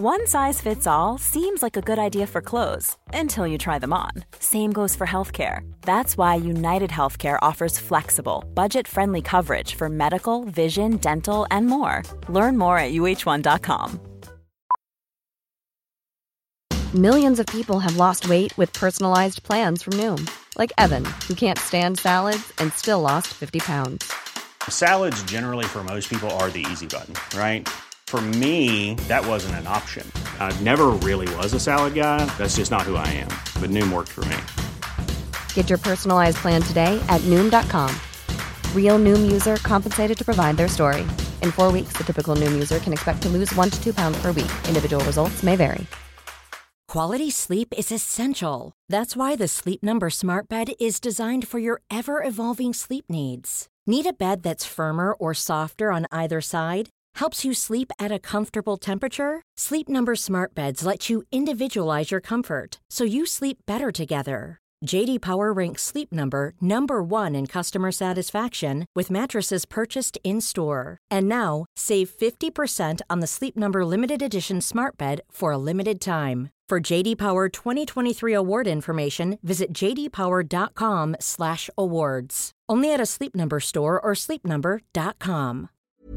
One size fits all seems like a good idea for clothes until you try them on. Same goes for healthcare. That's why United Healthcare offers flexible, budget-friendly coverage for medical, vision, dental, and more. Learn more at uh1.com. Millions of people have lost weight with personalized plans from Noom. Like Evan, who can't stand salads and still lost 50 pounds. Salads generally for most people are the easy button, right? For me, that wasn't an option. I never really was a salad guy. That's just not who I am. But Noom worked for me. Get your personalized plan today at Noom.com. Real Noom user compensated to provide their story. In 4 weeks, the typical Noom user can expect to lose 1 to 2 pounds per week. Individual results may vary. Quality sleep is essential. That's why the Sleep Number Smart Bed is designed for your ever-evolving sleep needs. Need a bed that's firmer or softer on either side? Helps you sleep at a comfortable temperature? Sleep Number Smart Beds let you individualize your comfort, so you sleep better together. J.D. Power ranks Sleep Number number 1 in customer satisfaction with mattresses purchased in-store. And now, save 50% on the Sleep Number Limited Edition Smart Bed for a limited time. For J.D. Power 2023 award information, visit jdpower.com/awards. Only at a Sleep Number store or sleepnumber.com.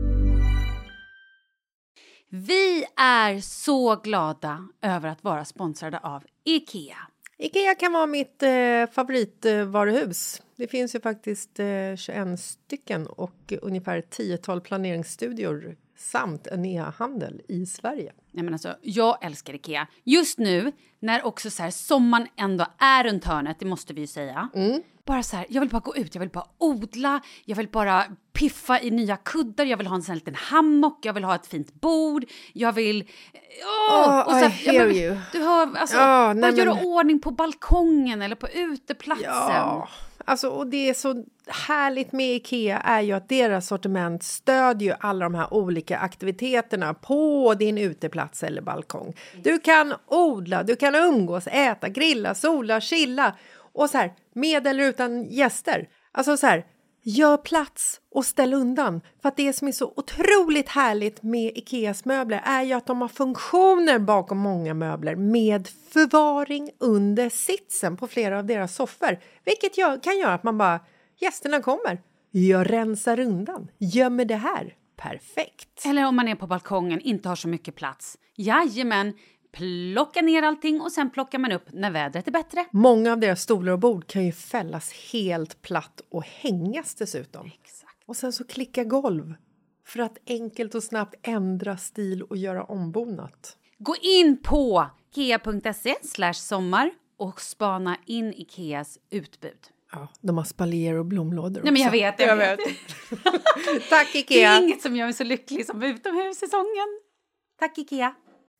Vi är så glada över att vara sponsrade av IKEA. IKEA kan vara mitt favoritvaruhus. Det finns ju faktiskt 21 stycken och ungefär 10-tal planeringsstudior samt en e-handel i Sverige. Nej, men alltså, jag älskar IKEA. Just nu, när också så här, sommaren ändå är runt hörnet, det måste vi ju säga. Bara så här, jag vill bara gå ut, jag vill bara odla, jag vill bara piffa i nya kuddar, jag vill ha en sån här liten hammock, jag vill ha ett fint bord, jag vill... och så här, du hör, alltså, bara göra ordning på balkongen eller på uteplatsen. Ja, alltså, och det är så härligt med IKEA är ju att deras sortiment stödjer alla de här olika aktiviteterna på din uteplats eller balkong. Du kan odla, du kan umgås, äta, grilla, sola, chilla och så här, med eller utan gäster. Alltså så här, gör plats och ställ undan. För att det som är så otroligt härligt med IKEAs möbler är ju att de har funktioner bakom många möbler med förvaring under sitsen på flera av deras soffor. Vilket kan göra att man bara, gästerna kommer, jag rensar undan, gömmer det här. Perfekt. Eller om man är på balkongen, inte har så mycket plats. Jajamän, plocka ner allting och sen plockar man upp när vädret är bättre. Många av deras stolar och bord kan ju fällas helt platt och hängas dessutom. Exakt. Och sen så klicka golv för att enkelt och snabbt ändra stil och göra ombonat. Gå in på ikea.se/sommar och spana in IKEAs utbud. Ja, de har spaljer och blomlådor också. Nej, men jag vet. Tack IKEA. Det är inget som gör mig så lycklig som utomhussäsongen. Tack IKEA.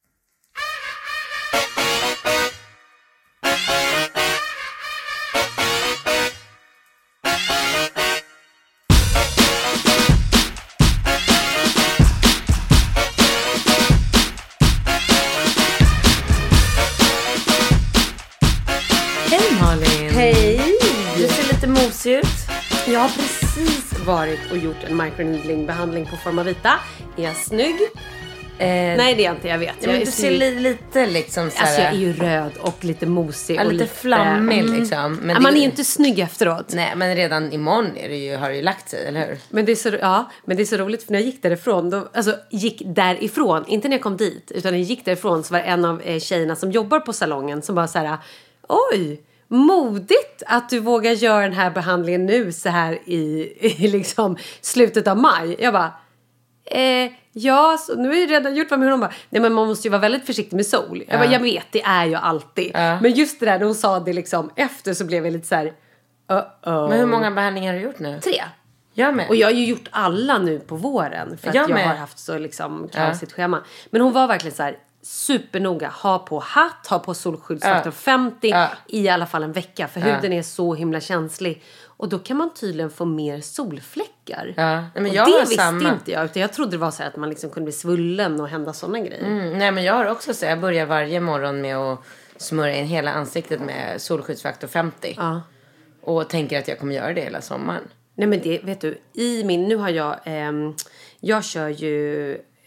Ut. Jag har precis varit och gjort en microneedling-behandling på Formavita. Är jag snygg? Nej, det är jag inte, jag vet. Ja, men du ser lite liksom så här... Alltså jag är ju röd och lite mosig. Ja, och lite flammig liksom. Men ja, man är ju inte snygg efteråt. Nej, men redan imorgon har det ju lagt sig, eller hur? Men det är så roligt, för när jag gick därifrån, inte när jag kom dit, utan när jag gick därifrån så var en av tjejerna som jobbar på salongen som bara så här, oj, modigt att du vågar göra den här behandlingen nu så här i liksom slutet av maj. Jag bara, ja, så nu är det redan gjort. Men hon bara, nej, men man måste ju vara väldigt försiktig med sol. Jag bara, jag vet, det är ju alltid. Men just det där, när hon sa det liksom efter, så blev jag lite så här, Men hur många behandlingar har du gjort nu? 3. Jag med. Och jag har ju gjort alla nu på våren, för att jag har haft så liksom kaosigt schema. Men hon var verkligen så här supernoga. Ha på hatt, ha på solskyddsfaktor 50 i alla fall en vecka. För huden är så himla känslig. Och då kan man tydligen få mer solfläckar. Men och jag det visste samma. inte jag. Utan jag trodde det var så här att man liksom kunde bli svullen och hända sådana grejer. Nej, men jag har också så. Jag börjar varje morgon med att smörja in hela ansiktet med solskyddsfaktor 50. Och tänker att jag kommer göra det hela sommaren. Nej, men det, vet du, nu har jag kör ju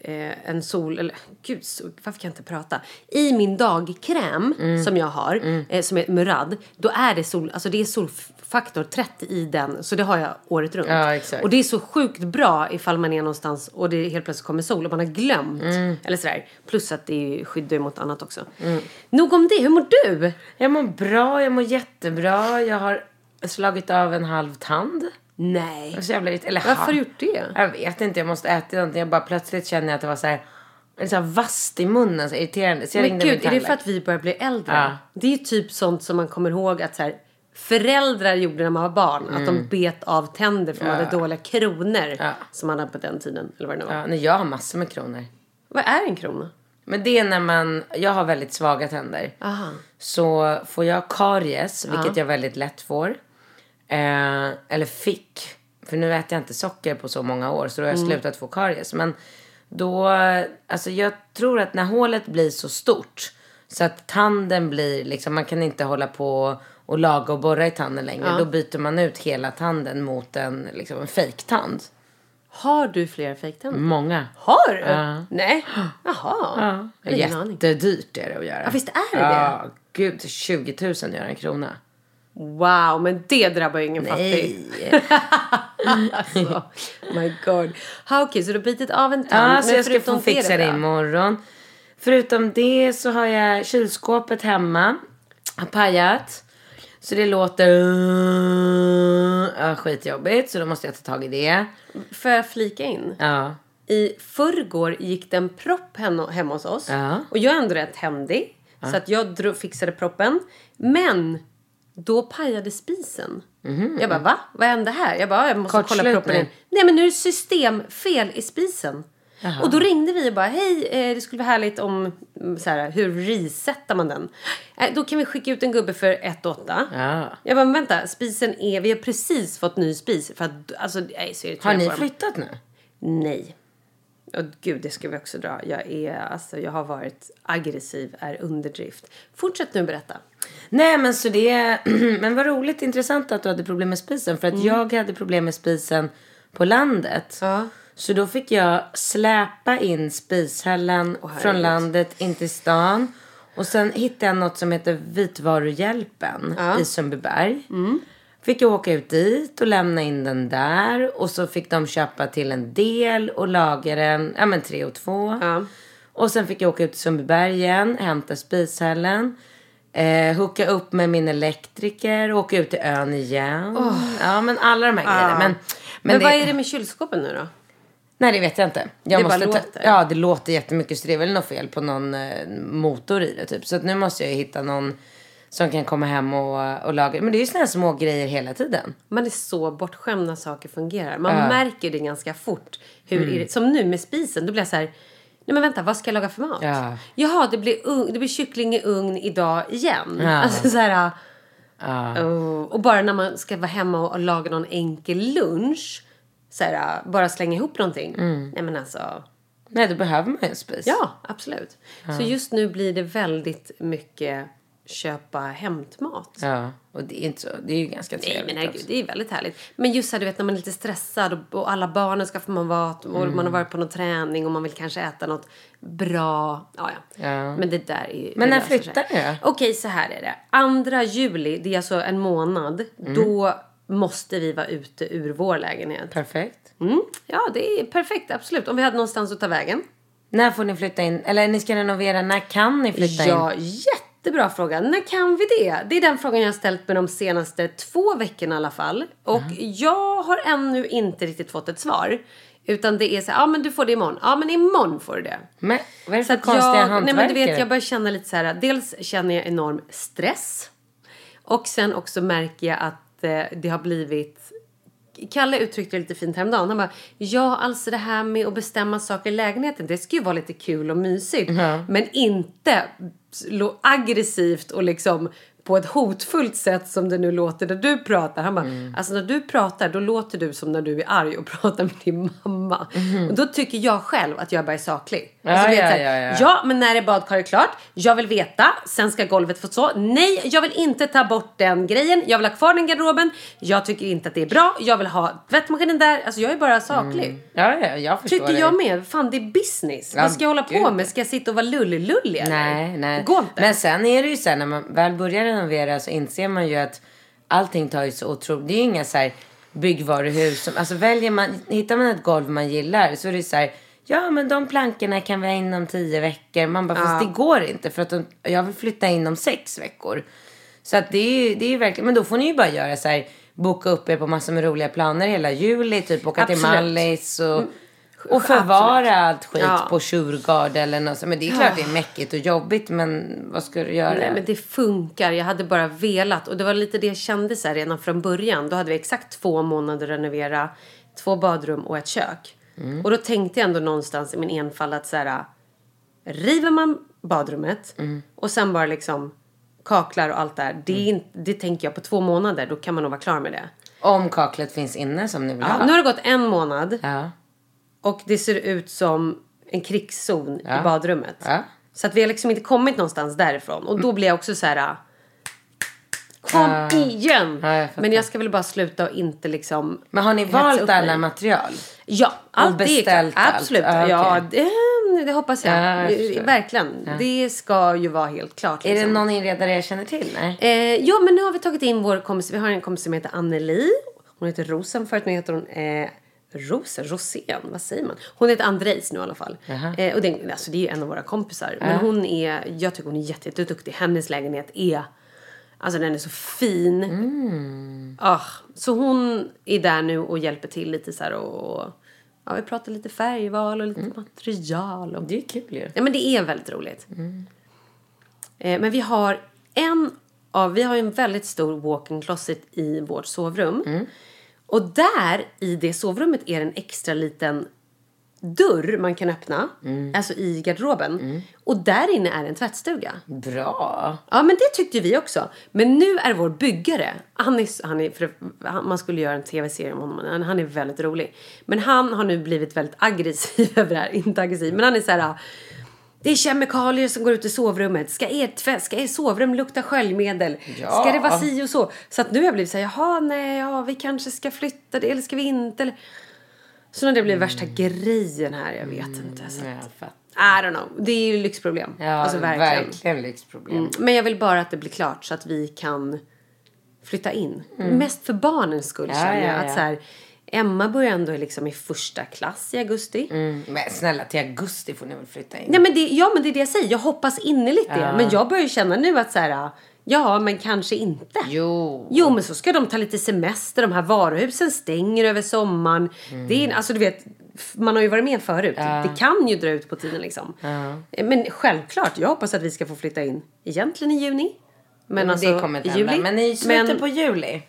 en sol... Eller, gud, varför kan jag inte prata? I min dagkräm som jag har, som är Murad, då är det alltså det är solfaktor 30 i den. Så det har jag året runt. Ja, exakt. Och det är så sjukt bra ifall man är någonstans och det helt plötsligt kommer sol och man har glömt. Eller sådär. Plus att det skyddar mot annat också. Nog om det, hur mår du? Jag mår bra, jag mår jättebra. Jag har slagit av en halv tand. Nej. Så jag blev Varför har du gjort det? Jag vet inte, jag måste äta någonting. Jag bara plötsligt känner att det var så här vasst i munnen, så irriterande. Så jag men gud, är det för att vi börjar bli äldre? Ja. Det är ju typ sånt som man kommer ihåg att så här, föräldrar gjorde när man var barn. Att de bet av tänder för man hade dåliga kronor som man hade på den tiden. Eller vad det nu var. Ja, jag har massor med kronor. Vad är en krona? Men det är när jag har väldigt svaga tänder. Aha. Så får jag karies, vilket jag väldigt lätt får. Eller fick. För nu äter jag inte socker på så många år. Så då har jag slutat få karies. Men då, alltså jag tror att när hålet blir så stort. Så att tanden blir liksom, man kan inte hålla på och laga och borra i tanden längre. Då byter man ut hela tanden mot en fejktand. Har du fler fejktänder? Många. Har du? Nej. Jaha. Ja. Jättedyrt är det att göra. Ja, visst är det ja, gud, 20 000 gör en krona. Wow, men det drabbar ju ingen fattig. Alltså, my god. Okej, så du har bitit av en tand. Ja, så jag ska få fixa det imorgon. Förutom det så har jag kylskåpet hemma. Har pajat. Så det låter skitjobbigt. Så då måste jag ta tag i det. Får jag flika in? Ja. I förrgår gick det en propp hemma hos oss. Ja. Och jag är ändå rätt händig. Så att jag fixade proppen. Men då pajade spisen. Jag bara, va? Vad hände här? Jag bara, jag måste kolla proppen in. Nej, men nu är det systemfel i spisen. Jaha. Och då ringde vi och bara, hej, det skulle vara härligt om, så här, hur resetar man den? Då kan vi skicka ut en gubbe för 1,8. Ja. Jag bara, men vänta, spisen vi har precis fått ny spis. För att, alltså, har ni flyttat nu? Nej. Och gud, det ska vi också dra. Jag har varit aggressiv, är underdrift. Fortsätt nu berätta. Nej, men så det... men vad roligt, intressant att du hade problem med spisen. För att jag hade problem med spisen på landet. Ja. Så då fick jag släpa in spishällen från landet in till stan. Och sen hittade jag något som heter Vitvaruhjälpen i Sundbyberg. Fick jag åka ut dit och lämna in den där. Och så fick de köpa till en del och laga den, 3 och 2. Och sen fick jag åka ut till Sundbyberg igen, hämta spishällen. Hooka upp med min elektriker, åka ut till ön igen. Ja, men alla de här grejerna. Men vad är det med kylskåpen nu då? Nej, det vet jag inte. Det låter jättemycket, så det är väl något fel på någon motor i det typ. Så att nu måste jag hitta någon som kan komma hem och laga. Men det är ju såna här små grejer hela tiden. Man är så bortskämd när saker fungerar. Man märker det ganska fort. Som nu med spisen, då blir jag så här, nej men vänta, vad ska jag laga för mat? Ja. Jaha, det blir kyckling i ugn idag igen. Ja. Alltså så här, och bara när man ska vara hemma och laga någon enkel lunch, så här, bara slänga ihop någonting. Nej men alltså, nej, då behöver man en spis. Ja, absolut. Så just nu blir det väldigt mycket köpa hämtmat. Ja, och det är inte så, det är ju ganska trevligt. Nej, men herregud, det är väldigt härligt. Men just så här, du vet, när man är lite stressad och alla barnen ska få mat och man har varit på någon träning och man vill kanske äta något bra. Ja. Men det där är... Men när flyttar du? Okej, så här är det. 2 juli, det är alltså en månad. Då måste vi vara ute ur vår lägenhet. Perfekt. Ja, det är perfekt, absolut. Om vi hade någonstans att ta vägen. När får ni flytta in? Eller ni ska renovera, när kan ni flytta in? Ja, jättebra fråga. När kan vi det? Det är den frågan jag har ställt med de senaste 2 veckorna i alla fall. Och jag har ännu inte riktigt fått ett svar. Utan det är så här, men du får det imorgon. Ja, men imorgon får du det. Men vad är det för konstiga hantverkare? Nej, men du vet, jag börjar känna lite så här. Dels känner jag enorm stress. Och sen också märker jag att det har blivit... Kalle uttryckte lite fint häromdagen. Han bara, ja, alltså det här med att bestämma saker i lägenheten, det ska ju vara lite kul och mysigt. Men inte aggressivt och liksom på ett hotfullt sätt som det nu låter när du pratar. Han bara, alltså när du pratar, då låter du som när du är arg och pratar med din mamma. Och då tycker jag själv att jag bara är saklig. Ja, men när är badkaret klart? Jag vill veta. Sen ska golvet få så. Nej, jag vill inte ta bort den grejen. Jag vill ha kvar den garderoben. Jag tycker inte att det är bra. Jag vill ha tvättmaskinen där. Alltså jag är bara saklig. Ja, jag förstår. Tycker jag med. Fan, det är business. Vad ska jag hålla på med? Ska jag sitta och vara lullig? Nej. Det går inte. Men sen är det ju så här, när man väl börjar renovera så inser man ju att allting tar ju så otroligt. Det är ju inga så här byggvaruhus som, alltså hittar man ett golv man gillar så är det så här, ja men de plankorna kan vi ha inom 10 veckor. Man bara, fast det går inte för att jag vill flytta inom 6 veckor. Så att det är ju verkligen, men då får ni ju bara göra så här, boka upp er på massor med roliga planer hela juli, typ åka till Mallis och förvara allt skit på Tjurgård eller något så. Men det är klart det är mäckigt och jobbigt, men vad ska du göra? Nej, men det funkar. Jag hade bara velat. Och det var lite det jag kände så här redan från början. Då hade vi exakt 2 månader att renovera 2 badrum och ett kök. Och då tänkte jag ändå någonstans i min enfald att så här, river man badrummet och sen bara liksom kaklar och allt där. Det tänker jag på 2 månader. Då kan man nog vara klar med det. Om kaklet finns inne som ni vill ha. Nu har det gått 1 månad. Ja. Och det ser ut som en krigszon i badrummet. Ja. Så att vi har liksom inte kommit någonstans därifrån. Och då blir jag också så här... Kom igen! Ja, men jag ska väl bara sluta och inte liksom... Men har ni valt alla material? Ja, allt det är absolut. Okay. Ja, det hoppas jag. Verkligen. Ja. Det ska ju vara helt klart. Är liksom. det någon inredare jag känner till? Nej? Ja, men nu har vi tagit in vår kompis. Vi har en kompis som heter Anneli. Hon heter Rosen. Förut nu heter hon... Rosén, vad säger man? Hon heter Andrejs nu i alla fall. Och det är ju en av våra kompisar. Men jag tycker hon är jätteduktig. Hennes lägenhet är, alltså den är så fin. Så hon är där nu och hjälper till lite så här och vi pratar lite färgval och lite material. Och, det är kul ju. Ja, men det är väldigt roligt. Men vi har en väldigt stor walk-in closet i vårt sovrum. Och där i det sovrummet är en extra liten dörr man kan öppna. Alltså i garderoben. Och där inne är en tvättstuga. Bra. Ja, men det tyckte vi också. Men nu är vår byggare. Man skulle göra en tv-serie om honom. Han är väldigt rolig. Men han har nu blivit väldigt aggressiv över det här. Inte aggressiv, men han är så här... Det är kemikalier som går ut i sovrummet. Ska er sovrum lukta sköljmedel? Ja. Ska det vara si och så? Så att nu har jag blivit så här, vi kanske ska flytta det, eller ska vi inte? Eller... Så när det blir värsta grejen här, jag vet inte. Så att, I don't know. Det är ju lyxproblem. Ja, alltså, verkligen lyxproblem. Men jag vill bara att det blir klart så att vi kan flytta in. Mest för barnens skull känner jag. Att så här, Emma börjar ändå liksom i 1:a klass i augusti. Men snälla, till augusti får ni väl flytta in. Nej, men det är det jag säger. Jag hoppas innerligt det. Men jag börjar känna nu att så här, ja, men kanske inte. Jo, men så ska de ta lite semester. De här varuhusen stänger över sommaren. Det är, alltså du vet, man har ju varit med förut. Det kan ju dra ut på tiden liksom. Men självklart, jag hoppas att vi ska få flytta in egentligen i juni. Men alltså, det kommer i juli. Men i slutet på juli.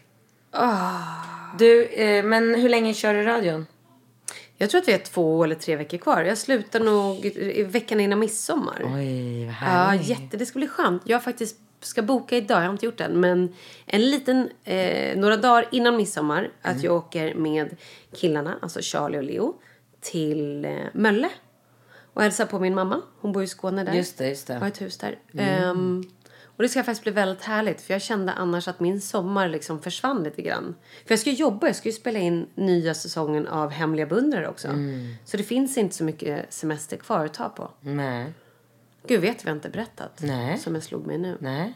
Du, men hur länge kör du radion? Jag tror att vi har 2 eller 3 veckor kvar. Jag slutar nog i veckan innan midsommar. Oj, vad härligt. Ja, det ska bli skönt. Jag faktiskt ska boka idag, jag har inte gjort det än. Men en liten, några dagar innan midsommar. Att jag åker med killarna, alltså Charlie och Leo, till Mölle. Och hälsar på min mamma. Hon bor i Skåne där. Just det. Har ett hus där. Och det ska faktiskt bli väldigt härligt. För jag kände annars att min sommar liksom försvann lite grann. För jag ska jobba. Jag ska ju spela in nya säsongen av Hemliga beundrare också. Så det finns inte så mycket semester kvar att ta på. Nej. Gud, vet vi inte berättat. Nej. Som jag slog mig nu. Nej.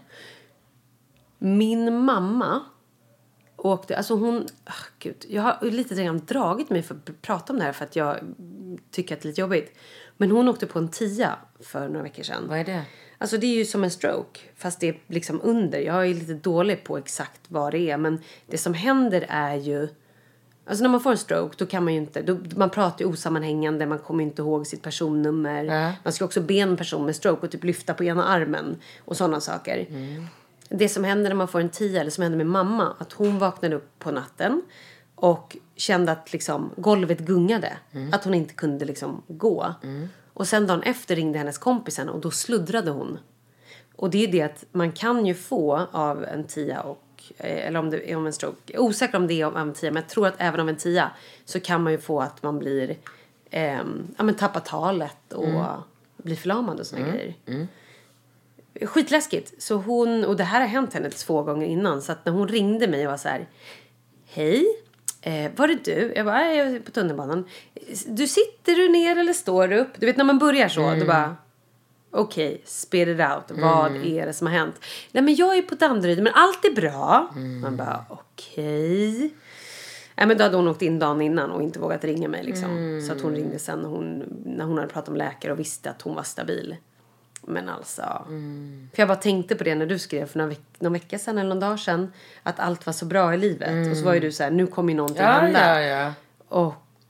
Min mamma åkte... Alltså hon... Gud, jag har lite grann dragit mig för att prata om det här. För att jag tycker att det är lite jobbigt. Men hon åkte på en 10 för några veckor sedan. Vad är det? Alltså det är ju som en stroke. Fast det är liksom under. Jag är lite dålig på exakt vad det är. Men det som händer är ju... Alltså när man får en stroke då kan man ju inte... man pratar ju osammanhängande. Man kommer inte ihåg sitt personnummer. Man ska också be en person med stroke och typ lyfta på ena armen. Och sådana saker. Det som händer när man får en 10, eller som händer med mamma. Att hon vaknade upp på natten. Och kände att liksom golvet gungade. Att hon inte kunde liksom gå. Och sen dagen efter ringde hennes kompisen. Och då sluddrade hon. Och det är det att man kan ju få av en 10 och... Eller om det är om en stroke. Jag är osäker om det är om en 10. Men jag tror att även om en 10 så kan man ju få att man blir tappa talet och bli förlamad och såna grejer. Skitläskigt. Så och det här har hänt henne 2 gånger innan. Så att när hon ringde mig och var så här: hej, var det du? Jag bara, jag är på tunnelbanan. Sitter du ner eller står du upp? Du vet när man börjar så, då bara... Okej, spit it out. Vad är det som har hänt? Nej, men jag är på Danderyd, men allt är bra. Man bara, okej. Nej, men då hade hon åkt in dagen innan och inte vågat ringa mig liksom. Så att hon ringde sen när hon hade pratat om läkare och visste att hon var stabil. Men alltså... För jag bara tänkte på det när du skrev för någon vecka sedan eller någon dag sedan. Att allt var så bra i livet. Och så var ju du så här, nu kommer ju någonting hända. Ja. Och...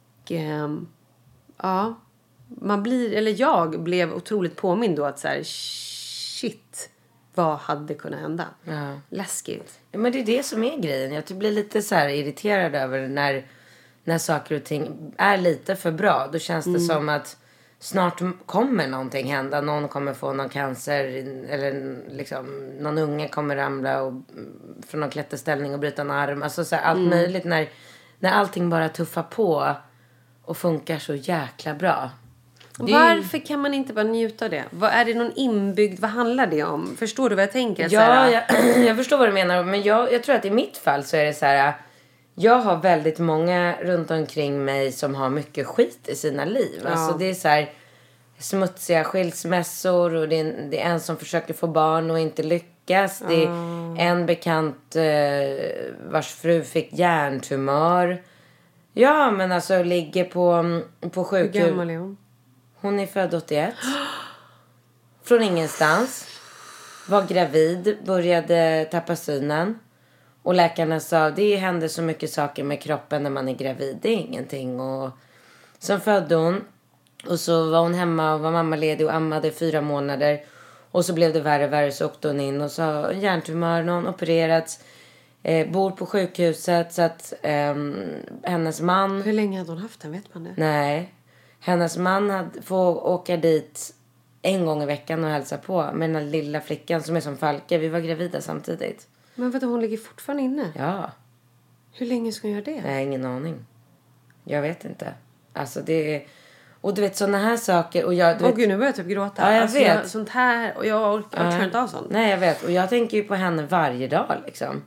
jag blev otroligt påmind då att så här, shit, vad hade kunnat hända? Ja. Läskigt. Ja, men det är det som är grejen. Jag blir lite så här irriterad över när saker och ting är lite för bra. Då känns det som att snart kommer någonting hända. Någon kommer få någon cancer eller liksom någon unge kommer ramla från någon klätterställning och bryta en arm. Alltså så här, allt möjligt när allting bara tuffar på och funkar så jäkla bra. Varför kan man inte bara njuta av det? Är det någon inbyggd... Vad handlar det om? Förstår du vad jag tänker? Ja, jag förstår vad du menar. Men jag tror att i mitt fall så är det så här... Jag har väldigt många runt omkring mig som har mycket skit i sina liv. Ja. Alltså det är så här smutsiga skilsmässor. Och det är en som försöker få barn och inte lyckas. Det är en bekant vars fru fick hjärntumör. Ja, men alltså ligger på sjukhus. Hur gammal är hon? Hon är född 81. Från ingenstans. Var gravid. Började tappa synen. Och läkarna sa, det händer så mycket saker med kroppen när man är gravid. Det är ingenting. Och sen födde hon. Och så var hon hemma och var mammaledig och ammade 4 månader. Och så blev det värre. Så åkte hon in och sa hjärntumör. Någon opererats. Bor på sjukhuset. Så att hennes man... Hur länge hade hon haft den? Vet man det? Nej. Hennes man får åka dit 1 gång i veckan och hälsa på med den här lilla flickan som är som Falke. Vi var gravida samtidigt. Men vadå, hon ligger fortfarande inne? Ja. Hur länge ska hon göra det? Nej, ingen aning. Jag vet inte. Alltså det är... Och du vet sådana här saker. Och jag, gud, nu börjar jag typ gråta. Ja, jag vet. Sånt här. Och jag orkar inte av sånt. Nej, jag vet. Och jag tänker ju på henne varje dag liksom.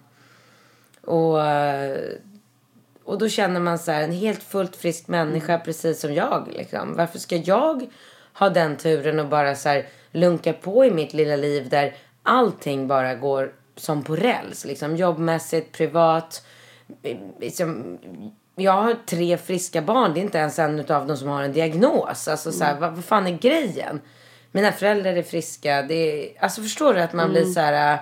Och då känner man så här, en helt fullt frisk människa precis som jag liksom. Varför ska jag ha den turen och bara så här lunka på i mitt lilla liv där allting bara går som på räls liksom, jobbmässigt, privat. Liksom, jag har 3 friska barn, det är inte ens en av dem som har en diagnos. Alltså så här, vad fan är grejen? Mina föräldrar är friska, alltså förstår du att man blir så här...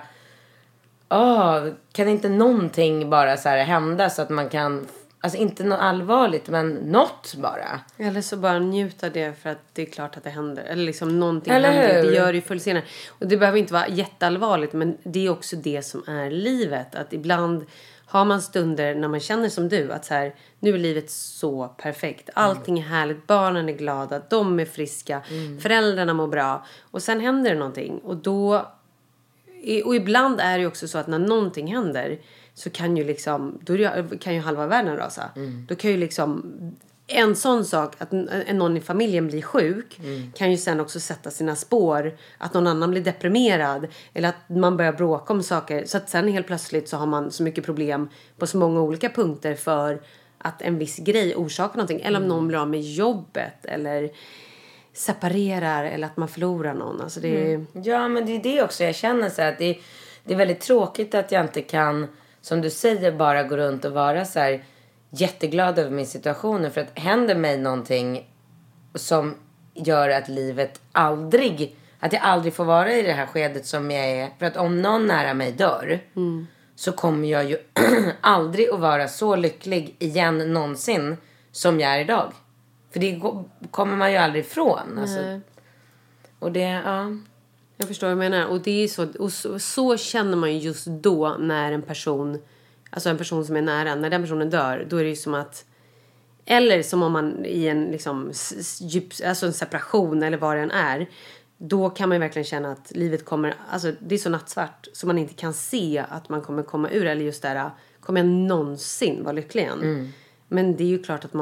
kan inte någonting bara så här hända så att man kan, alltså inte något allvarligt men något bara. Eller så bara njuta det för att det är klart att det händer. Eller liksom någonting eller händer. hur? Det gör det ju förr senare. Och det behöver inte vara jätteallvarligt, men det är också det som är livet. Att ibland har man stunder när man känner som du att så här, nu är livet så perfekt. Allting är härligt, barnen är glada, de är friska, föräldrarna mår bra. Och sen händer det någonting och då... Och ibland är det också så att när någonting händer så kan ju liksom, kan ju halva världen rasa. Då kan ju liksom en sån sak att någon i familjen blir sjuk kan ju sen också sätta sina spår, att någon annan blir deprimerad eller att man börjar bråka om saker, så att sen helt plötsligt så har man så mycket problem på så många olika punkter för att en viss grej orsakar någonting, eller om någon blir av med jobbet eller separerar eller att man förlorar någon. Alltså det... Ja, men det är det också. Jag känner så här att det är väldigt tråkigt att jag inte kan, som du säger, bara gå runt och vara så här jätteglad över min situation. För att händer mig någonting som gör att livet att jag aldrig får vara i det här skedet som jag är. För att om någon nära mig dör så kommer jag ju aldrig att vara så lycklig igen någonsin som jag är idag. För det kommer man ju aldrig ifrån. Alltså. Och det, ja. Jag förstår vad du menar. Och det är så, och så känner man ju just då när en person som är nära, när den personen dör, då är det ju som att, eller som om man i en liksom alltså en separation eller vad det än är, då kan man ju verkligen känna att livet kommer, alltså det är så nattsvart så man inte kan se att man kommer komma ur, eller just där, kommer jag någonsin vara lycklig igen? Men det är ju klart att man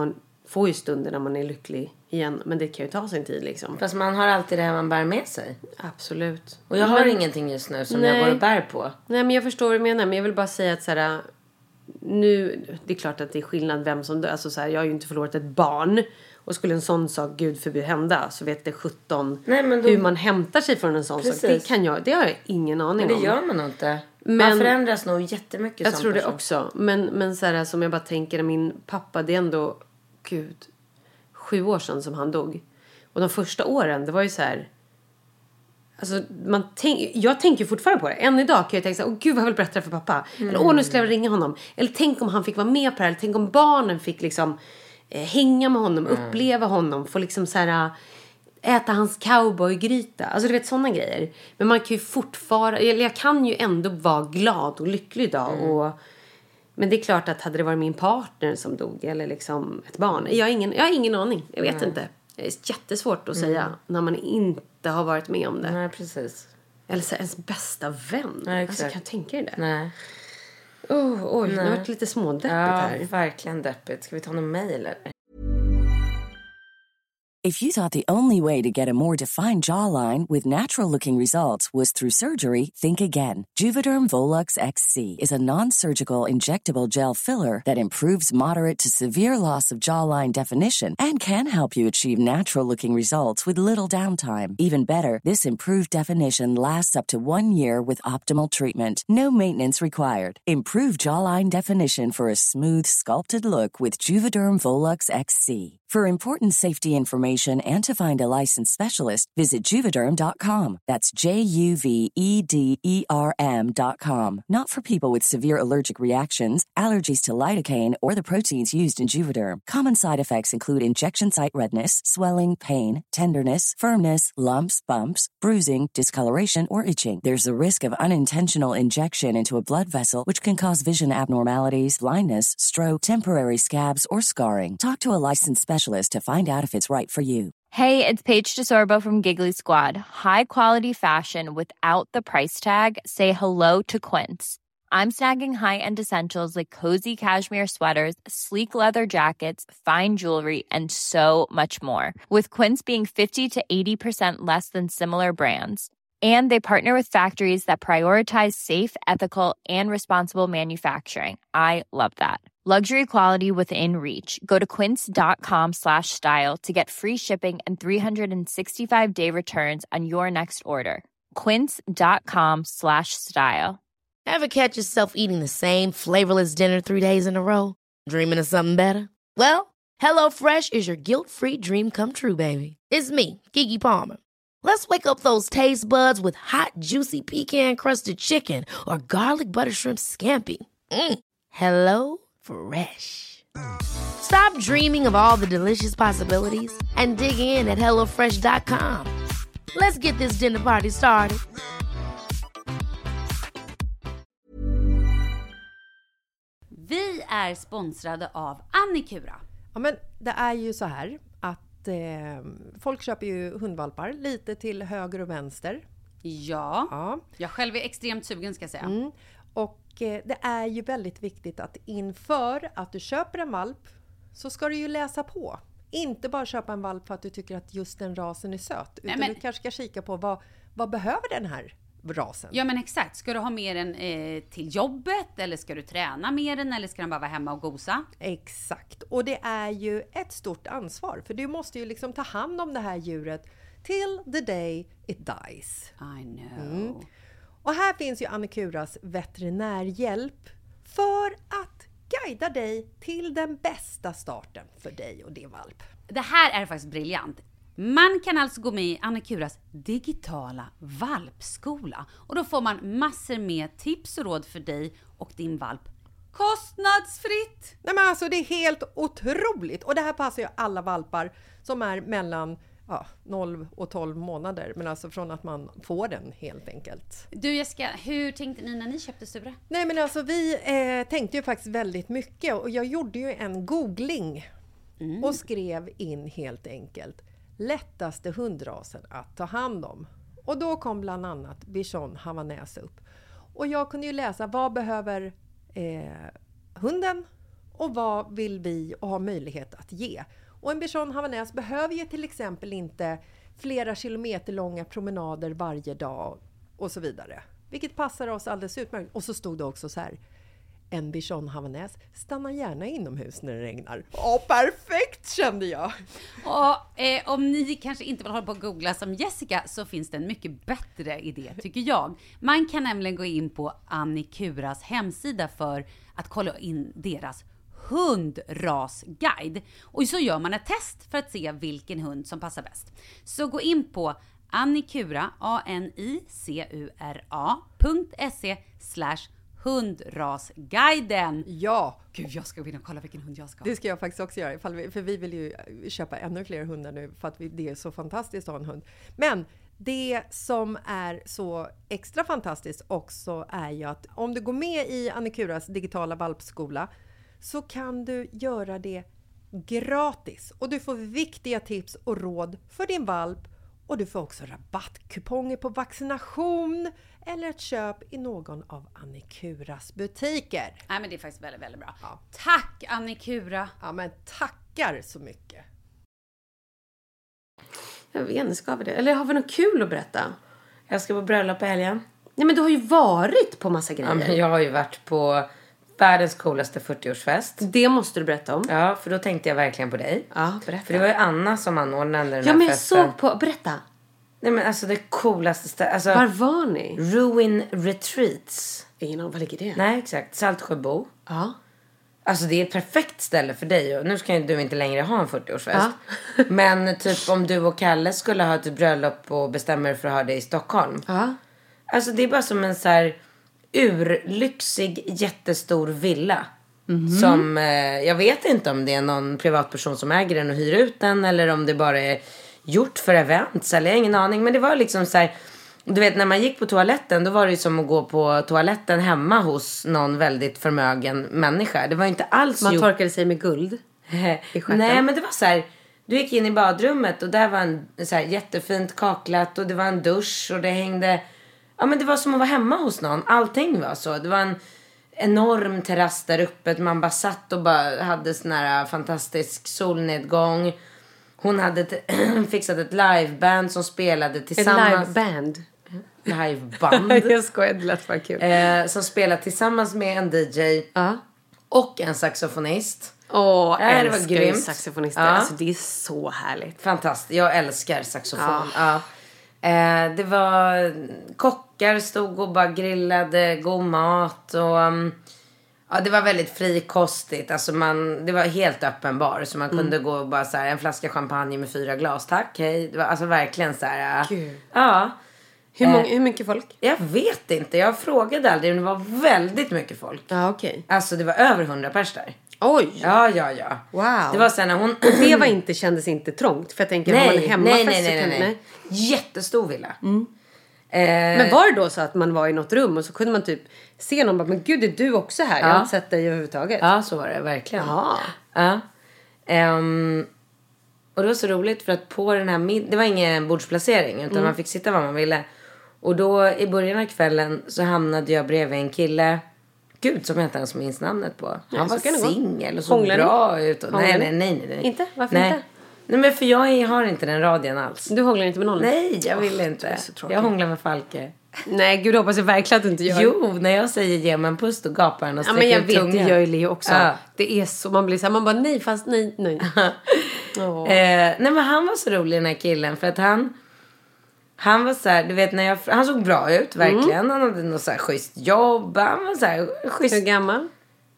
får ju stunder när man är lycklig igen. Men det kan ju ta sin tid liksom. Fast man har alltid det här man bär med sig. Absolut. Och jag har ingenting just nu som jag går och bär på. Nej, men jag förstår vad du menar. Men jag vill bara säga att så här, nu, det är klart att det är skillnad vem som dör. Alltså så här, jag har ju inte förlorat ett barn. Och skulle en sån sak, Gud förbjude, hända, så vet det 17 hur man hämtar sig från en sån sak. Det har jag ingen aning om. Men det gör man nog inte. Man förändras nog jättemycket jag som tror person. Det också. Men så här, som jag bara tänker, min pappa, det är ändå, Gud, 7 år sedan som han dog. Och de första åren, det var ju så här. Alltså, jag tänker fortfarande på det. Än idag kan jag tänka så här, gud vad jag vill berätta för pappa. Eller nu skulle jag ringa honom. Eller tänk om han fick vara med på det här. Eller tänk om barnen fick liksom hänga med honom, uppleva honom, få liksom så här äta hans cowboygryta. Alltså du vet, sådana grejer. Men man kan ju fortfarande, eller jag kan ju ändå vara glad och lycklig idag. Men det är klart att hade det varit min partner som dog, eller liksom ett barn. Jag har ingen aning, jag vet inte. Det är jättesvårt att säga när man inte har varit med om det. Nej, precis. Eller så ens bästa vän. Nej, alltså, kan jag tänka dig det? Nej. Oj, nu har det varit lite smådeppigt här. Ja, verkligen deppigt. Ska vi ta någon mejl eller? If you thought the only way to get a more defined jawline with natural-looking results was through surgery, think again. Juvederm Volux XC is a non-surgical injectable gel filler that improves moderate to severe loss of jawline definition and can help you achieve natural-looking results with little downtime. Even better, this improved definition lasts up to 1 year with optimal treatment. No maintenance required. Improve jawline definition for a smooth, sculpted look with Juvederm Volux XC. For important safety information and to find a licensed specialist, visit Juvederm.com. That's JUVEDERM.com. Not for people with severe allergic reactions, allergies to lidocaine, or the proteins used in Juvederm. Common side effects include injection site redness, swelling, pain, tenderness, firmness, lumps, bumps, bruising, discoloration, or itching. There's a risk of unintentional injection into a blood vessel, which can cause vision abnormalities, blindness, stroke, temporary scabs, or scarring. Talk to a licensed specialist to find out if it's right for you. Hey, it's Paige DeSorbo from Giggly Squad. High quality fashion without the price tag. Say hello to Quince. I'm snagging high-end essentials like cozy cashmere sweaters, sleek leather jackets, fine jewelry, and so much more. With Quince being 50 to 80% less than similar brands. And they partner with factories that prioritize safe, ethical, and responsible manufacturing. I love that. Luxury quality within reach. Go to quince.com/style to get free shipping and 365-day returns on your next order. Quince.com/style. Ever catch yourself eating the same flavorless dinner 3 days in a row? Dreaming of something better? Well, HelloFresh is your guilt-free dream come true, baby. It's me, Keke Palmer. Let's wake up those taste buds with hot, juicy pecan-crusted chicken or garlic butter shrimp scampi. Hello Fresh. Stop dreaming of all the delicious possibilities and dig in at HelloFresh.com. Let's get this dinner party started. Vi är sponsrade av Annikura. Ja, men det är ju så här att folk köper ju hundvalpar lite till höger och vänster. Ja. Jag själv är extremt sugen, ska jag säga. Och det är ju väldigt viktigt att inför att du köper en valp så ska du ju läsa på. Inte bara köpa en valp för att du tycker att just den rasen är söt. Utan du kanske ska kika på vad behöver den här rasen. Ja, men exakt. Ska du ha med den till jobbet? Eller ska du träna med den? Eller ska den bara vara hemma och gosa? Exakt. Och det är ju ett stort ansvar. För du måste ju liksom ta hand om det här djuret till the day it dies. I know. Och här finns ju Annikuras veterinärhjälp för att guida dig till den bästa starten för dig och din valp. Det här är faktiskt briljant. Man kan alltså gå med i Annikuras digitala valpskola. Och då får man massor med tips och råd för dig och din valp. Kostnadsfritt! Nej, men alltså det är helt otroligt. Och det här passar ju alla valpar som är mellan 0 och 12 månader. Men alltså från att man får den helt enkelt. Du Jessica, hur tänkte ni när ni köpte Sture? Nej, men alltså vi tänkte ju faktiskt väldigt mycket. Och jag gjorde ju en googling. Och skrev in helt enkelt lättaste hundrasen att ta hand om. Och då kom bland annat Bichon Havanäs upp. Och jag kunde ju läsa vad behöver hunden Och vad vill vi och ha möjlighet att ge? Och en bichon havanäs behöver ju till exempel inte flera kilometer långa promenader varje dag och så vidare. Vilket passar oss alldeles utmärkt. Och så stod det också så här: en bichon havanäs stannar gärna inomhus när det regnar. Perfekt, kände jag. Och om ni kanske inte vill hålla på att googla som Jessica, så finns det en mycket bättre idé, tycker jag. Man kan nämligen gå in på Annikuras hemsida för att kolla in deras hundrasguide. Och så gör man ett test för att se vilken hund som passar bäst. Så gå in på Annikura, anicura.se/hundrasguiden. Ja. Gud, jag ska gå in och kolla vilken hund jag ska ha. Det ska jag faktiskt också göra. För vi vill ju köpa ännu fler hundar nu. För att det är så fantastiskt att ha en hund. Men det som är så extra fantastiskt också är ju att om du går med i Annikuras digitala valpskola, så kan du göra det gratis. Och du får viktiga tips och råd för din valp. Och du får också rabattkuponger på vaccination eller ett köp i någon av Annikuras butiker. Nej, men det är faktiskt väldigt, väldigt bra. Ja. Tack, Annikura. Ja, men tackar så mycket. Jag vet inte, ska vi det? Eller har vi något kul att berätta? Jag ska på bröllop i helgen. Nej, men du har ju varit på massa grejer. Ja, men jag har ju varit på världens coolaste 40-årsfest. Det måste du berätta om. Ja, för då tänkte jag verkligen på dig. Ja, berätta. För det var ju Anna som anordnade den ja, här men festen. jag såg på... Berätta. Nej, men alltså det coolaste alltså, var var ni? Ruin Retreats. Ingen aning, vad ligger det? Nej, exakt. Saltsjöbo. Ja. Alltså det är ett perfekt ställe för dig. Och nu ska ju du inte längre ha en 40-årsfest. Ja. Men typ om du och Kalle skulle ha ett bröllop och bestämmer för att ha det i Stockholm. Ja. Alltså det är bara som en så här urlyxig, jättestor villa. Mm-hmm. Som, jag vet inte om det är någon privatperson som äger den och hyr ut den. Eller om det bara är gjort för events. Eller jag har ingen aning. Men det var liksom så här... Du vet, när man gick på toaletten, då var det ju som att gå på toaletten hemma hos någon väldigt förmögen människa. Det var ju inte alls man torkade sig med guld i stjärten. Nej, men det var så här... Du gick in i badrummet och där var en så här jättefint kaklat och det var en dusch och det hängde... Ja, men det var som att vara hemma hos någon. Allting var så. Det var en enorm terrass där uppe. Man bara satt och bara hade sån här fantastisk solnedgång. Hon hade fixat ett liveband som spelade tillsammans. Ett liveband? Liveband. Jag skojar, det lät bara kul. Som spelade tillsammans med en DJ. Och en saxofonist. Det var grymt. Saxofonister. Alltså det är så härligt. Fantastiskt. Jag älskar saxofon. Det var kockar stod och bara grillade god mat och det var väldigt frikostigt. Alltså det var helt öppen bar så man kunde gå och bara så här, en flaska champagne med 4 glas, tack, hej. Det var alltså verkligen så här. Gud. Ja. Hur mycket folk? Jag vet inte. Jag frågade aldrig, men det var väldigt mycket folk. Ja, okej. Alltså det var över 100 pers där. Oj. Ja. Wow. Det var sen när hon det kändes inte trångt för jag tänker nej. Jättestor villa. Men var det då så att man var i något rum och så kunde man typ se någon bara, men gud, är du också här? Jag har inte sett dig överhuvudtaget. Ja, så var det verkligen. Ja. Och det var så roligt för att på den här det var ingen bordsplacering utan man fick sitta var man ville. Och då i början av kvällen så hamnade jag bredvid en kille. Gud, som jag inte ens minns namnet på. Han var singel och så bra ut. Nej. Inte? Varför inte? Nej, men för jag har inte den radien alls. Du hånglar inte med någon? Nej, jag vill inte. Jag hånglar med Falke. Nej, gud, hoppas jag verkligen att du inte gör. Jo, när jag säger ge mig en puss då gapar han och sträcker ut tungan. Men jag vet, det gör ju Leo också. Det är så, man blir så här, man bara nej, fast nej. Nej, men han var så rolig, den här killen. För att han var så här, du vet, han såg bra ut, verkligen. Han hade något så här schysst jobb. Han var så här schysst. Hur gammal?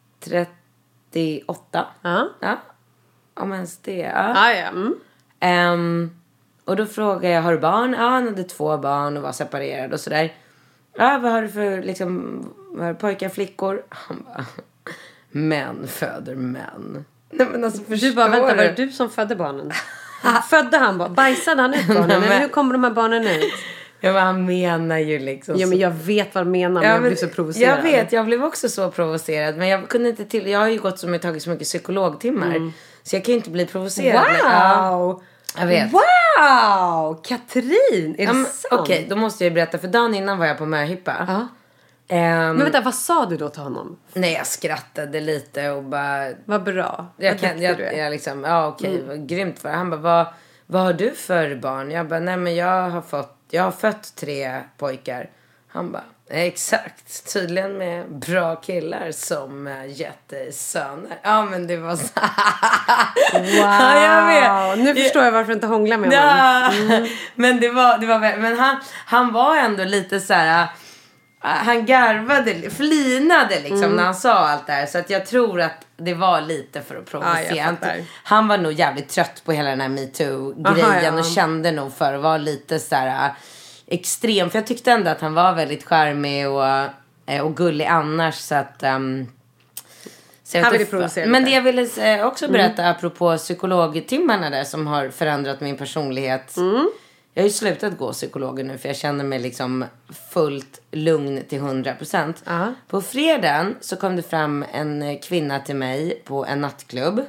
38. Ja. Om ens det. Ja. Och då frågade jag, har du barn? Ja, han hade 2 barn och var separerad och sådär. Ja, vad har du för liksom, pojkar, flickor? Han bara, män föder män. Nej, men alltså, du bara, vänta, var det du som födde barnen? Födde han bara? Bajsade han ut barnen? Eller hur kommer de här barnen ut? Ja, men han menar ju liksom. Ja, men jag vet vad han menar, men jag blev så provocerad. Jag vet, jag blev också så provocerad. Men jag kunde inte jag har ju tagit så mycket psykologtimmar. Så jag kan ju inte bli provocerad. Wow! Jag vet. Wow! Katrin, är det sant? Okej, då måste jag berätta. För dagen innan var jag på möhippa. Men vänta, vad sa du då till honom? Nej, jag skrattade lite och bara... Vad bra. Jag liksom, okej, grymt för. Han bara, vad har du för barn? Jag bara, nej men jag har fött 3 pojkar. Han bara, exakt. Tydligen med bra killar som jättesöner. Ja, men det var så. Wow. Ja, jag vet. Nu förstår jag varför du inte hånglar med honom. Men det var men han var ändå lite så här. Han garvade, flinade liksom när han sa allt det här. Så att jag tror att det var lite för att provocera. Han var nog jävligt trött på hela den här MeToo-grejen. Och kände nog för att vara lite så här extrem. För jag tyckte ändå att han var väldigt charmig och gullig annars. Så att... så han ville provocera men det jag ville också berätta apropå psykologtimmarna där som har förändrat min personlighet. Jag har ju slutat gå psykologer nu för jag känner mig liksom fullt lugn till 100%. På fredagen så kom det fram en kvinna till mig på en nattklubb.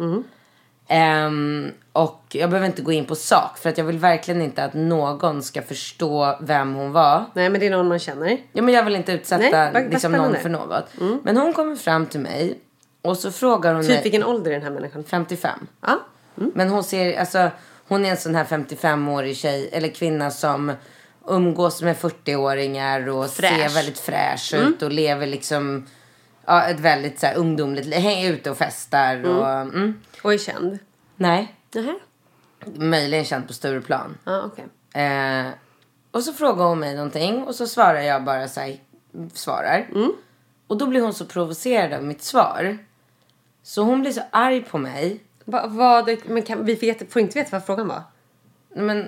Och jag behöver inte gå in på sak för att jag vill verkligen inte att någon ska förstå vem hon var. Nej, men det är någon man känner. Ja, men jag vill inte utsätta liksom någon för något. Men hon kommer fram till mig och så frågar hon mig... vilken ålder är den här människan? 55. Men hon ser, alltså... Hon är en sån här 55-årig tjej eller kvinna som umgås med 40-åringar och ser väldigt fräsch ut och lever liksom ett väldigt så här ungdomligt liv. Hänger ute och festar och är känd. Nej. Möjligen känd på Stureplan. Okay. Och så frågar hon mig någonting och så svarar jag bara så här, svarar. Och då blir hon så provocerad av mitt svar. Så hon blir så arg på mig. Men vi får inte veta vad frågan var. Men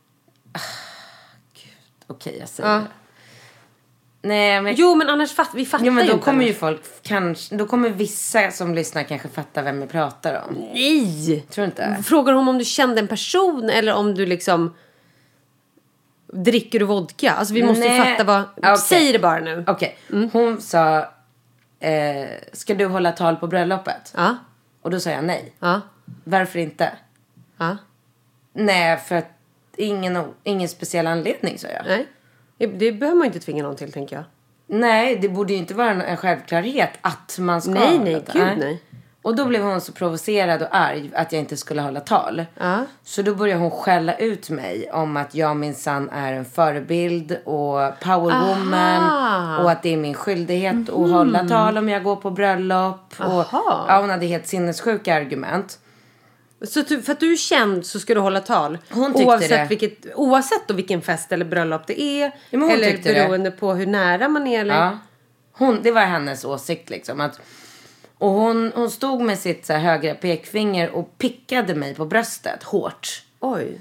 gud, okej, jag säger det. Nej, men jo, men annars vi fattar ju. Men då kommer ju folk då kommer vissa som lyssnar kanske fatta vem vi pratar om. Nej, tror inte. Frågar hon om du kände en person eller om du liksom dricker du vodka? Alltså vi måste ju fatta vad. Okay. Säg det bara nu. Okej. Hon sa ska du hålla tal på bröllopet? Ja. Och då sa jag nej. Ja. Varför inte? Ja. Nej, för att ingen speciell anledning, sa jag. Nej. Det behöver man inte tvinga någon till, tänker jag. Nej, det borde ju inte vara en självklarhet att man ska. Nej. Och då blev hon så provocerad och arg att jag inte skulle hålla tal. Så då började hon skälla ut mig om att jag minsann är en förebild och powerwoman. Och att det är min skyldighet att hålla tal om jag går på bröllop. Och hon hade helt sinnessjuka argument. Så för att du är känd så ska du hålla tal. Hon tyckte oavsett då vilken fest eller bröllop det är. Ja, eller beroende på hur nära man är. Eller? Ja. Det var hennes åsikt liksom. Och hon stod med sitt så här högra pekfinger och pickade mig på bröstet hårt. Oj.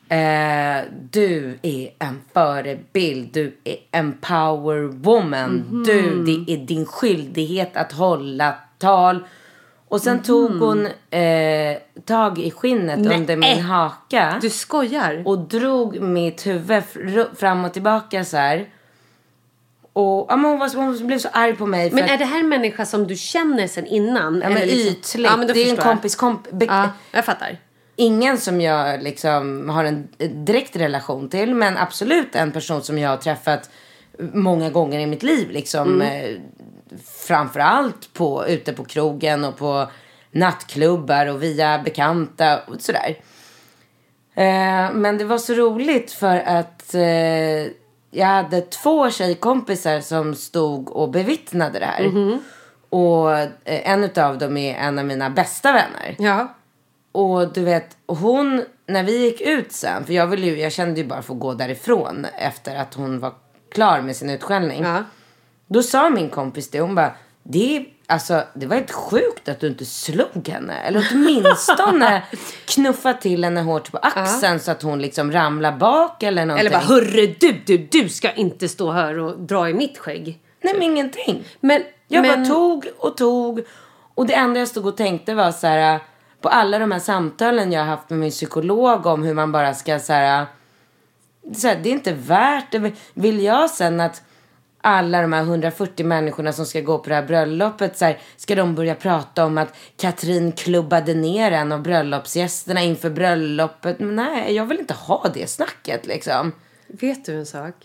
Du är en förebild. Du är en power woman. Det är din skyldighet att hålla tal. Och sen tog hon tag i skinnet under min haka. Du skojar. Och drog mitt huvud fram och tillbaka så här. Och hon blev så arg på mig. Men är det här en människa som du känner sen innan? Ja, men liksom? ytligt. Ja, det är en kompis. Ja, jag fattar. Ingen som jag liksom har en direkt relation till. Men absolut en person som jag har träffat många gånger i mitt liv. Liksom, framförallt ute på krogen och på nattklubbar och via bekanta och sådär. Men det var så roligt för att jag hade 2 tjejkompisar som stod och bevittnade det här. Och en utav dem är en av mina bästa vänner. Ja. Och du vet, hon, när vi gick ut sen, för jag kände ju bara för att gå därifrån efter att hon var klar med sin utskällning. Ja. Då sa min kompis det, hon bara, det var helt sjukt att du inte slog henne. Eller åtminstone knuffa till henne hårt på axeln så att hon liksom ramlar bak eller någonting. Eller bara, hörru du ska inte stå här och dra i mitt skägg. Nej, men ingenting. Men bara tog. Och det enda jag stod och tänkte var så här, på alla de här samtalen jag har haft med min psykolog om hur man bara ska så här, det är inte värt det. Vill jag sen att alla de här 140 människorna som ska gå på det här bröllopet så här, ska de börja prata om att Katrin klubbade ner en av bröllopsgästerna inför bröllopet? Men nej, jag vill inte ha det snacket liksom. Vet du en sak?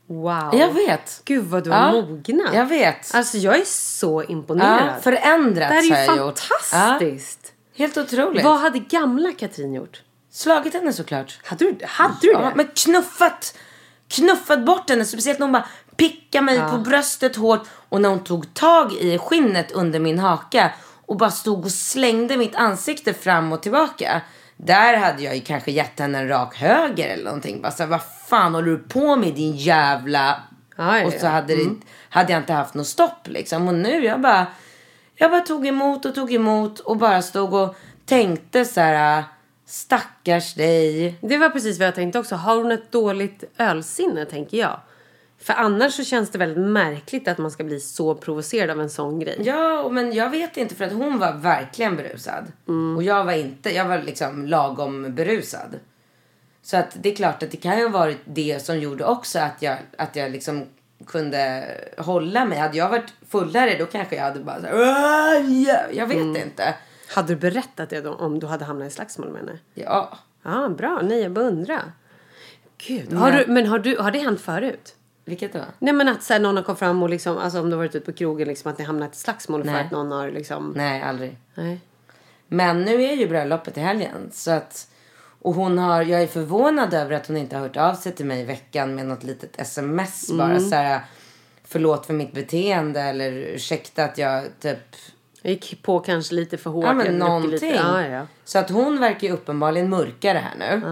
Wow. Jag vet. Gud vad du har mognat. Jag vet. Alltså jag är så imponerad. Ja, förändrats har jag gjort. Det här är ju fantastiskt. Ja. Helt otroligt. Vad hade gamla Katrin gjort? Slagit henne såklart. Hade du det? Men knuffat bort henne. Speciellt när hon bara pickade mig på bröstet hårt. Och när hon tog tag i skinnet under min haka. Och bara stod och slängde mitt ansikte fram och tillbaka. Där hade jag ju kanske gett henne en rak höger eller någonting. Bara så här, vad fan håller du på med din jävla... Och så hade jag inte haft något stopp liksom. Och nu jag bara tog emot och bara stod och tänkte så här... Stackars dig. Det var precis vad jag tänkte också. Har hon ett dåligt ölsinne, tänker jag. För annars så känns det väldigt märkligt att man ska bli så provocerad av en sån grej. Ja, men jag vet inte, för att hon var verkligen berusad. Och jag var inte. Jag var liksom lagom berusad. Så att det är klart att det kan ju ha varit det som gjorde också att jag liksom kunde hålla mig. Hade jag varit fullare då kanske jag hade bara så här, jag vet inte. Hade du berättat det då, om du hade hamnat i slagsmål med henne? Ja. Ja, bra. Nej, jag beundrar. Gud. Har det hänt förut? Vilket då? Nej, men att så här, någon har kommit fram och liksom, alltså om du har varit ute på krogen liksom, att ni hamnat i slagsmål för att någon har liksom... Nej, aldrig. Nej. Men nu är ju bröllopet i helgen. Så att... Och jag är förvånad över att hon inte har hört av sig till mig i veckan med något litet sms. Bara så här, förlåt för mitt beteende. Eller ursäkta att jag typ... Jag gick på kanske lite för hårt. Ja, men någonting. Lite. Ja. Så att hon verkar ju uppenbarligen mörka det här nu.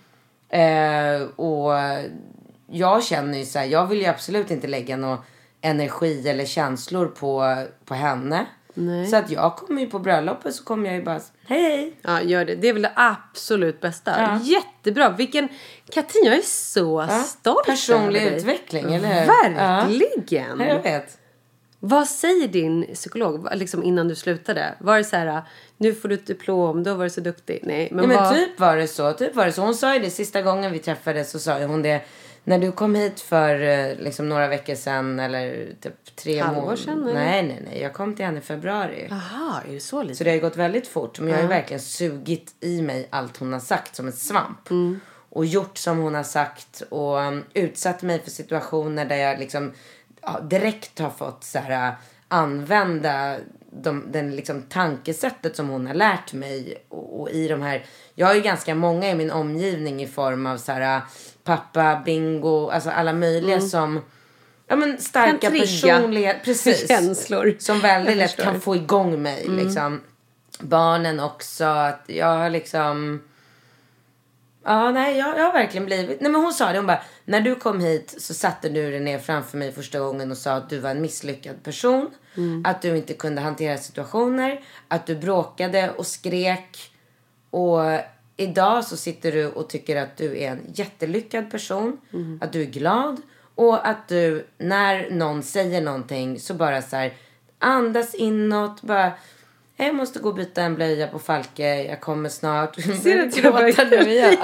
Och jag känner ju så här, jag vill ju absolut inte lägga någon energi eller känslor på henne. Nej. Så att jag kommer ju på bröllopet så kommer jag ju bara, hej. Ja, gör det. Det är väl det absolut bästa. Ja. Jättebra. Katrin, jag är så stolt. Personlig utveckling, eller hur? Verkligen. Ja, jag vet. Vad säger din psykolog liksom innan du slutade? Var det så här, nu får du ett diplom, då var du så duktig? Nej, men typ var det så. Hon sa ju det sista gången vi träffades, så sa hon det. När du kom hit för liksom några veckor sedan, eller typ 3 månader sedan. Nej. Jag kom till henne i februari. Jaha, är det så lite? Så det har gått väldigt fort. Men jag har ju verkligen sugit i mig allt hon har sagt som ett svamp. Och gjort som hon har sagt. Och utsatt mig för situationer där jag liksom... direkt har fått så här, använda den liksom tankesättet som hon har lärt mig. Och i de här, jag har ju ganska många i min omgivning i form av så här, pappa, bingo, alltså alla möjliga som starka personliga precis, känslor som väldigt lätt kan få igång mig liksom. Barnen också, att jag har liksom... Ja, nej, jag har verkligen blivit... Nej, men hon sa det, hon bara... När du kom hit så satte du dig ner framför mig första gången och sa att du var en misslyckad person. Att du inte kunde hantera situationer. Att du bråkade och skrek. Och idag så sitter du och tycker att du är en jättelyckad person. Att du är glad. Och att du, när någon säger någonting, så bara så här... Andas inåt, bara... Jag måste gå och byta en blöja på Falke. Jag kommer snart. Ser du att jag gråta nu?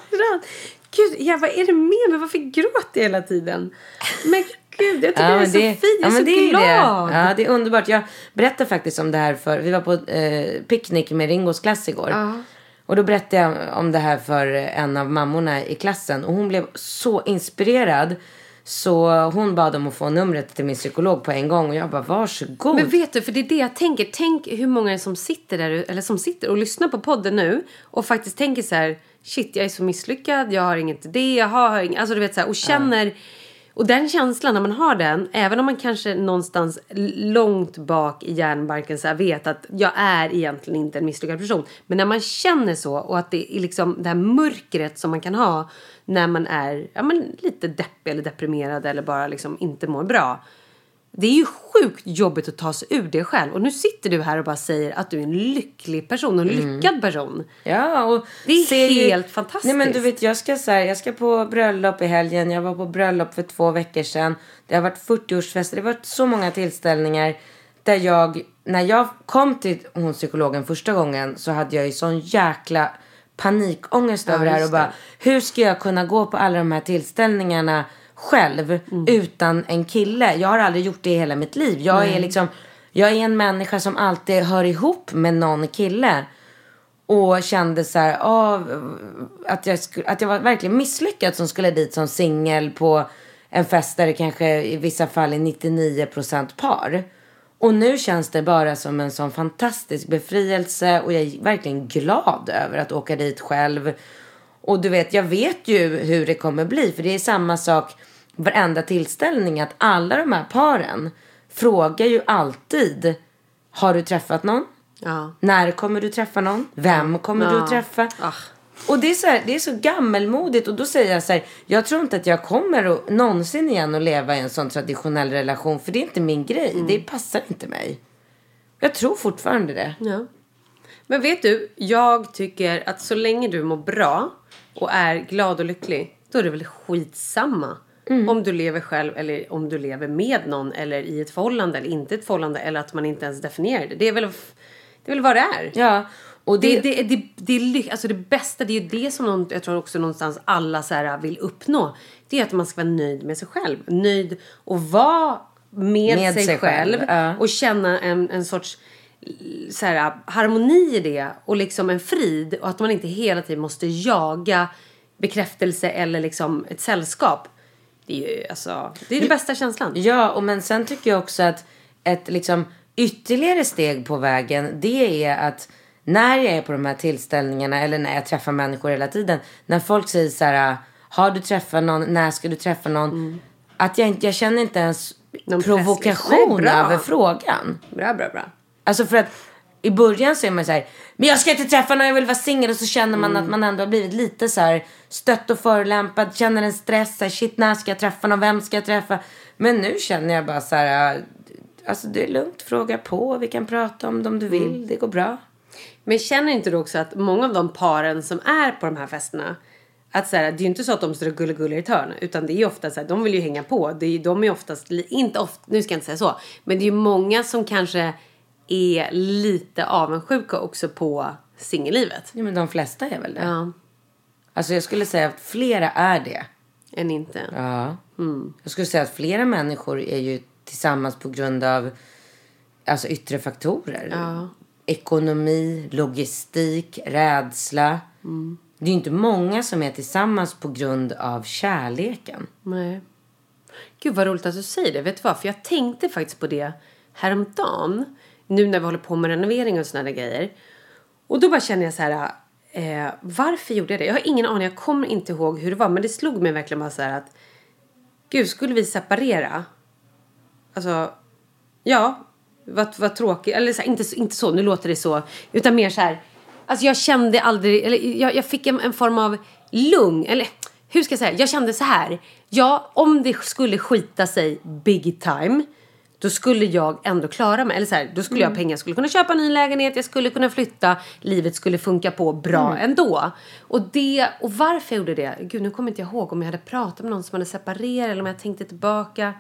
Gud, vad är det med mig? Varför gråter jag hela tiden? Men gud, jag tycker det är så fint. Jag är så glad. Ja, det är underbart. Jag berättade faktiskt om det här vi var på picknick med Ringos klass igår. Och då berättade jag om det här för en av mammorna i klassen. Och hon blev så inspirerad. Så hon bad om att få numret till min psykolog på en gång. Och jag bara, varsågod. Men vet du, för det är det jag tänker. Tänk hur många som sitter där, eller som sitter och lyssnar på podden nu. Och faktiskt tänker så här, shit, jag är så misslyckad. Jag har inget idé, jag har inget, alltså du vet så här, och känner... Och den känslan, när man har den, även om man kanske någonstans långt bak i hjärnbarken så här vet att jag är egentligen inte en misslyckad person. Men när man känner så, och att det är liksom det här mörkret som man kan ha när man är lite deppig eller deprimerad eller bara liksom inte mår bra. Det är ju sjukt jobbigt att ta sig ur det själv. Och nu sitter du här och bara säger att du är en lycklig person och en lyckad person. Ja, och det är helt fantastiskt. Nej, men du vet, jag ska på bröllop i helgen. Jag var på bröllop för 2 veckor sedan. Det har varit 40-årsfester. Det har varit så många tillställningar där när jag kom till hon psykologen första gången, så hade jag ju sån jäkla panikångest över det här. Och bara, hur ska jag kunna gå på alla de här tillställningarna själv utan en kille? Jag har aldrig gjort det i hela mitt liv. Jag är en människa som alltid hör ihop med någon kille. Och kände så här, att jag var verkligen misslyckad som skulle dit som singel på en fest där det kanske i vissa fall är 99% par. Och nu känns det bara som en sån fantastisk befrielse. Och jag är verkligen glad över att åka dit själv. Och du vet, jag vet ju hur det kommer bli. För det är samma sak varenda tillställning. Att alla de här paren frågar ju alltid: har du träffat någon? Ja. När kommer du träffa någon? Vem kommer du att träffa? Och det är, så här, det är så gammelmodigt. Och då säger jag så här: jag tror inte att jag kommer att någonsin igen att leva i en sån traditionell relation. För det är inte min grej. Det passar inte mig. Jag tror fortfarande det. Ja. Men vet du, jag tycker att så länge du mår bra och är glad och lycklig, då är det väl skitsamma. Om du lever själv eller om du lever med någon eller i ett förhållande eller inte ett förhållande, eller att man inte ens definierar det. Det är väl vad det är. Ja. Och alltså det bästa, det är ju det som jag tror också någonstans alla så här vill uppnå. Det är att man ska vara nöjd med sig själv. Nöjd och vara med sig själv. Och känna en sorts så här, harmoni i det. Och liksom en frid. Och att man inte hela tiden måste jaga bekräftelse eller liksom ett sällskap. Det är ju alltså, det är den bästa känslan. Ja, och men sen tycker jag också att ett liksom ytterligare steg på vägen, det är att när jag är på de här tillställningarna eller när jag träffar människor hela tiden, när folk säger så här: har du träffat någon, när ska du träffa någon? Att jag känner inte ens någon provokation över frågan. Bra. Alltså för att i början så är man så här: men jag ska inte träffa någon, jag vill vara singel. Och så känner man att man ändå har blivit lite så här stött och förolämpad, känner en stress så här, shit, när ska jag träffa någon, vem ska jag träffa? Men nu känner jag bara så här: alltså det är lugnt, fråga på, vi kan prata om dem du vill, det går bra. Men känner inte du också att många av de paren som är på de här festerna, att så här, det är ju inte så att de står och gullar i ett hörn, utan det är ju ofta så här, de vill ju hänga på. De är oftast, inte ofta, nu ska jag inte säga så, men det är ju många som kanske är lite avundsjuka också på singellivet. Ja, men de flesta är väl det. Ja. Alltså jag skulle säga att flera är det. Än inte. Ja. Jag skulle säga att flera människor är ju tillsammans på grund av alltså yttre faktorer. Ja. Ekonomi, logistik, rädsla. Det är ju inte många som är tillsammans på grund av kärleken. Nej. Gud vad roligt att du säger det. Vet du vad? För jag tänkte faktiskt på det häromdagen. Nu när vi håller på med renovering och såna där grejer. Och då bara känner jag så här: varför gjorde jag det? Jag har ingen aning, jag kommer inte ihåg hur det var. Men det slog mig verkligen bara så här att gud, skulle vi separera? Alltså, ja, vad tråkigt. Eller så här, inte så, nu låter det så. Utan mer så här, alltså jag kände aldrig, eller jag fick en form av lugn. Eller hur ska jag säga? Jag kände så här: ja, om det skulle skita sig big time, då skulle jag ändå klara mig. Eller så här, då skulle jag ha pengar, jag skulle kunna köpa en ny lägenhet, jag skulle kunna flytta, livet skulle funka på bra ändå. Och varför jag gjorde det? Gud, nu kommer inte jag ihåg om jag hade pratat med någon som hade separerat eller om jag tänkte tillbaka.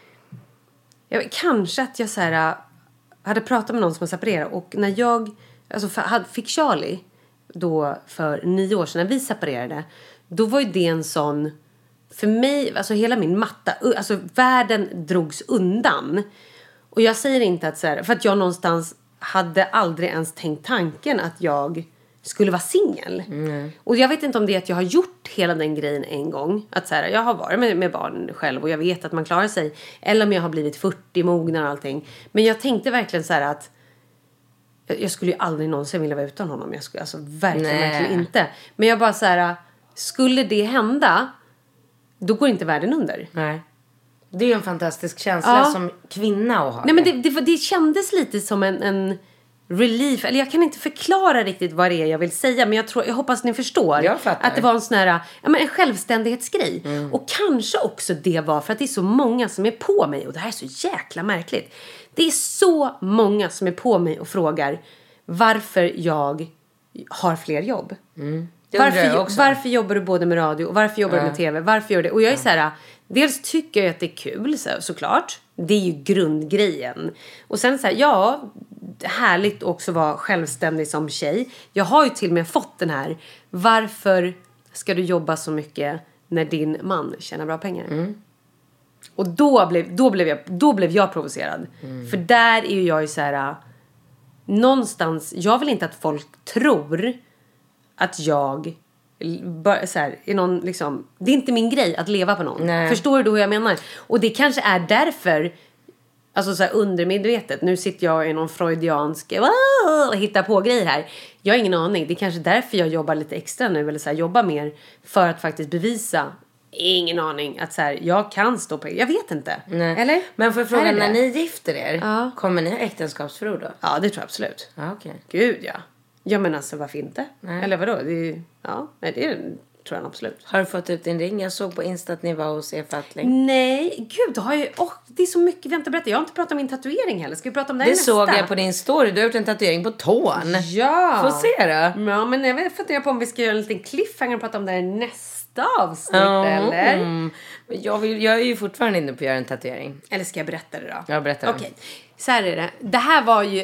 Kanske att jag så här hade pratat med någon som hade separerat, och när jag fick Charlie då för 9 år sedan när vi separerade, då var ju det en sån, för mig, alltså hela min matta, alltså världen drogs undan. Och jag säger inte att så här, för att jag någonstans hade aldrig ens tänkt tanken att jag skulle vara singel. Och jag vet inte om det är att jag har gjort hela den grejen en gång, att så här, jag har varit med barn själv och jag vet att man klarar sig, eller om jag har blivit 40, mognar och allting. Men jag tänkte verkligen så här att jag skulle ju aldrig någonsin vilja vara utan honom. Jag skulle, alltså verkligen inte. Men jag bara så här, skulle det hända, då går inte världen under. Nej. Det är ju en fantastisk känsla som kvinna att ha. Nej, men det kändes lite som en relief. Eller jag kan inte förklara riktigt vad det är jag vill säga. Men jag hoppas ni förstår. Jag fattar. Att det var en sån här, en självständighetsgrej. Och kanske också det var för att det är så många som är på mig. Och det här är så jäkla märkligt. Det är så många som är på mig och frågar varför jag har fler jobb. Varför jobbar du både med radio och varför jobbar du med tv? Varför gör det? Och jag är så här, dels tycker jag att det är kul, såklart. Det är ju grundgrejen. Och sen så här, ja, härligt också vara självständig som tjej. Jag har ju till och med fått den här: varför ska du jobba så mycket när din man tjänar bra pengar? Och då blev jag provocerad. För där är ju jag ju så här, någonstans, jag vill inte att folk tror att jag så här, är någon liksom, det är inte min grej att leva på någon. Nej. Förstår du då hur jag menar? Och det kanske är därför, alltså så här undermedvetet, nu sitter jag i någon freudiansk och hittar på grejer här. Jag har ingen aning. Det är kanske därför jag jobbar lite extra nu, eller så här, jobbar mer för att faktiskt bevisa, ingen aning, att så här, jag kan stå på, jag vet inte. Nej. Eller? Men får jag fråga, Är det när det? ni gifter er, Ja. kommer ni ha äktenskapsförord då? Ja, det tror jag absolut. Ja, okej. Gud, ja. Ja, men alltså, varför inte? Nej. Eller vadå? Det är, ja, nej, det tror jag absolut. Har du fått ut din ring? Jag såg på Insta att ni var hos er Fattling. Nej, gud, då har jag, det är så mycket vi inte berättat. Jag har inte pratat om min tatuering heller. Ska vi prata om det här Det nästa? såg jag på din story. Du har gjort en tatuering på tån. Ja. Får se då. Ja, men jag funderar på om vi ska göra en liten cliffhanger och prata om det här i nästa avsnitt, eller? Men jag är ju fortfarande inne på att göra en tatuering. Eller ska jag berätta det då? Jag berättar. Okej, så här är det. Det här var ju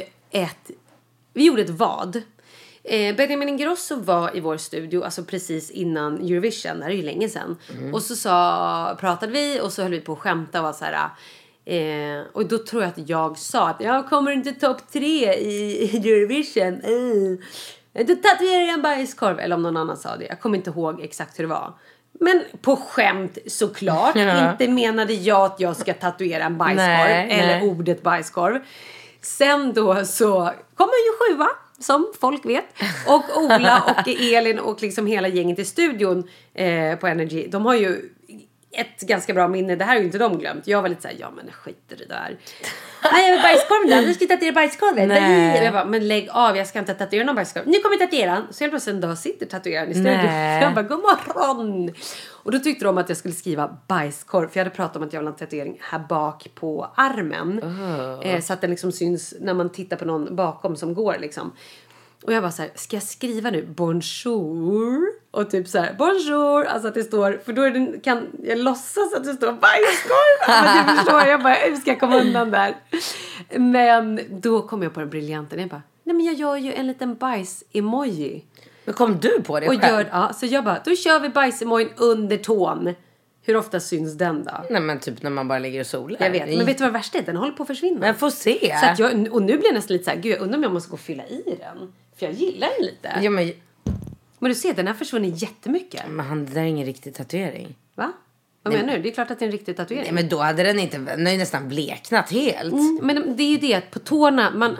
vi gjorde ett vad. Benjamin Ingrosso var i vår studio, alltså precis innan Eurovision, det här är ju länge sedan. Och så pratade vi och så höll vi på att skämta och var så här. Och då tror jag att jag sa att jag kommer inte topp 3 i Eurovision. Då tatuerar jag en bajskorv. Eller om någon annan sa det. Jag kommer inte ihåg exakt hur det var. Men på skämt såklart. Ja. Inte menade jag att jag ska tatuera en bajskorv. Eller ordet bajskorv. Sen då så kommer ju 7, som folk vet. Och Ola och Elin och liksom hela gänget i studion på Energy. De har ju ett ganska bra minne. Det här är ju inte de glömt. Jag var lite såhär, ja men skit i det där. Nej, jag vill bajskorven då. Nu ska jag tatuera bajskorven. Nej. Jag bara, men lägg av, jag ska inte tatuera någon bajskorv. Nu kommer jag tatuera den. Så helt plötsligt en dag sitter tatueraren i studion. Jag bara, god morgon. Och då tyckte de att jag skulle skriva bajskorv. För jag hade pratat om att jag vill ha en tatuering här bak på armen. Så att den liksom syns när man tittar på någon bakom som går liksom. Och jag bara så här, ska jag skriva nu bonjour? Och typ så här, bonjour. Alltså att det står, för då är det, kan jag låtsas att det står bajskorv. Men du förstår, jag bara, hur ska jag komma undan där? Men då kom jag på den briljanten. Jag bara, nej men jag gör ju en liten bajs-emoji. Men kom du på det och själv? Ja, så jag bara, då kör vi bajs-emojin under tån. Hur ofta syns den då? Nej men typ när man bara ligger och solar. Jag vet, men vet du vad det värsta är? Den håller på att försvinna. Men får se. Så att och nu blir jag nästan lite så här, gud jag undrar om jag måste gå och fylla i den. För jag gillar den lite. Ja, men du ser, den har försvunnit jättemycket. Men det där är ingen riktig tatuering. Va? Vad menar du? Det är klart att det är en riktig tatuering. Nej men då hade den inte, den är ju nästan bleknat helt. Men det är ju det att på tårna,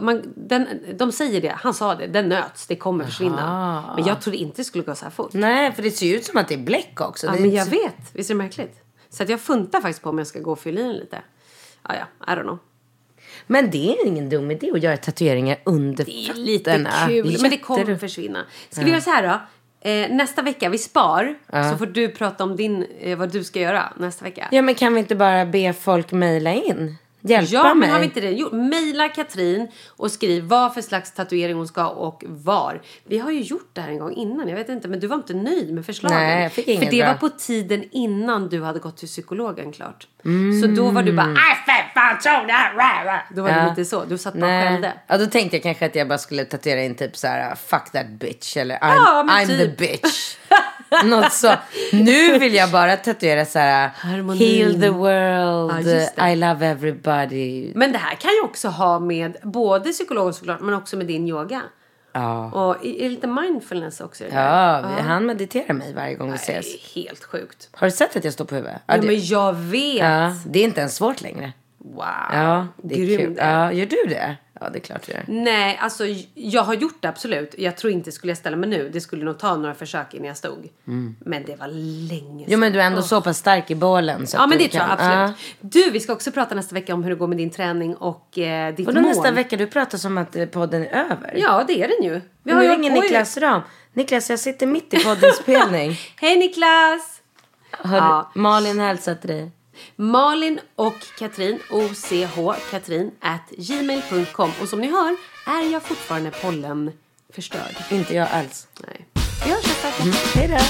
de säger det, han sa det, den nöts, det kommer försvinna. Men jag trodde inte det skulle gå så här fort. Nej, för det ser ju ut som att det är bläck också. Ja, det är men inte jag så... vet, visst är det märkligt? Så att jag funtar faktiskt på om jag ska gå och fylla i den lite. Ja, I don't know. Men det är ingen dum idé att göra tatueringar under fötterna. Det är lite kul, men det kommer försvinna. Ska vi göra så här då? Nästa vecka, vi spar. Så får du prata om vad du ska göra nästa vecka. Ja, men kan vi inte bara be folk mejla in? Hjälpa Ja, men mig. har vi inte det gjort? Maila Katrin och skriv vad för slags tatuering hon ska ha och var. Vi har ju gjort det här en gång innan, jag vet inte. Men du var inte nöjd med förslagen. Nej, jag fick inget för det bra. var på tiden innan du hade gått till psykologen klart. Så då var du bara, fan, så där. Då var det lite så, du satt bara och skällde. Ja, då tänkte jag kanske att jag bara skulle tatuera in typ så här: fuck that bitch. Eller I'm typ. the bitch. Något så. Nu vill jag bara tatuera så här: Harmoni. heal the world, Ja, just det. I love everybody. Men det här kan ju också ha med både psykologen såklart, men också med din yoga. Ja. Och lite mindfulness också. Han mediterar mig varje gång vi ses. Det är helt sjukt. Har du sett att jag står på huvudet? Ja, men jag vet. Ja, det är inte ens svårt längre. Wow. Ja, det är Grym kul. det. Ja, gör du det? Ja, det är klart du gör. Nej, alltså jag har gjort det absolut. Jag tror inte skulle jag ställa mig nu. Det skulle nog ta några försök innan jag stod. Men det var länge sedan. Jo, men du är ändå så pass stark i bålen. Så Ja, att men du det tror jag kan. absolut. Du, vi ska också prata nästa vecka om hur det går med din träning och ditt Och då mål. nästa vecka, du pratar som att podden är över. Ja, det är den ju. Vi Nu ju ringer hållit på Niklas Ram. Niklas, jag sitter mitt i poddinspelning. Hej Niklas! Malin hälsar till dig. Malin och Katrin, ochkatrin@gmail.com. Och som ni hör är jag fortfarande pollenförstörd. Inte jag alls. Nej. Vi hörs nästa vecka. Hej då.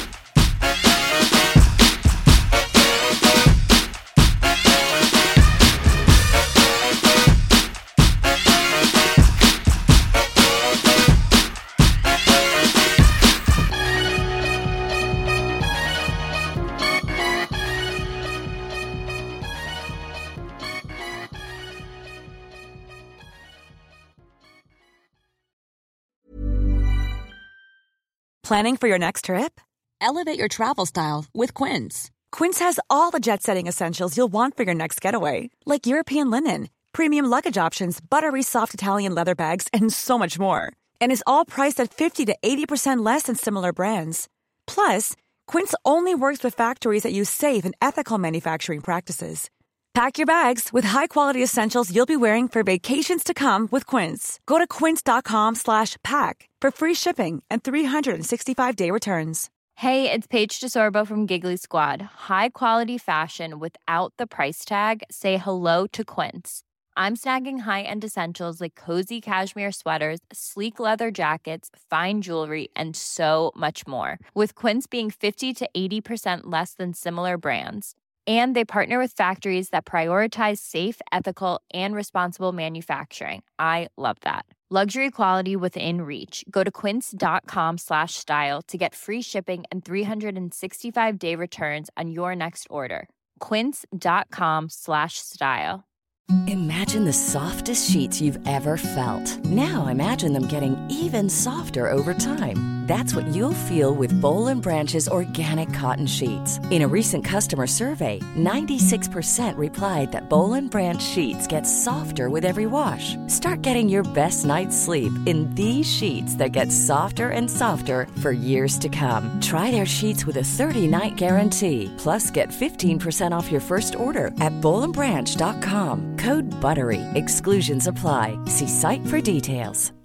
Planning for your next trip? Elevate your travel style with Quince. Quince has all the jet-setting essentials you'll want for your next getaway, like European linen, premium luggage options, buttery soft Italian leather bags, and so much more. And is all priced at 50 to 80% less than similar brands. Plus, Quince only works with factories that use safe and ethical manufacturing practices. Pack your bags with high-quality essentials you'll be wearing for vacations to come with Quince. Go to quince.com/pack for free shipping and 365-day returns. Hey, it's Paige DeSorbo from Giggly Squad. High quality fashion without the price tag. Say hello to Quince. I'm snagging high-end essentials like cozy cashmere sweaters, sleek leather jackets, fine jewelry, and so much more. With Quince being 50 to 80% less than similar brands. And they partner with factories that prioritize safe, ethical, and responsible manufacturing. I love that. Luxury quality within reach. Go to quince.com/style to get free shipping and 365-day returns on your next order. Quince.com/style. Imagine the softest sheets you've ever felt. Now imagine them getting even softer over time. That's what you'll feel with Boll & Branch's organic cotton sheets. In a recent customer survey, 96% replied that Boll & Branch sheets get softer with every wash. Start getting your best night's sleep in these sheets that get softer and softer for years to come. Try their sheets with a 30-night guarantee. Plus, get 15% off your first order at bollandbranch.com. Code BUTTERY. Exclusions apply. See site for details.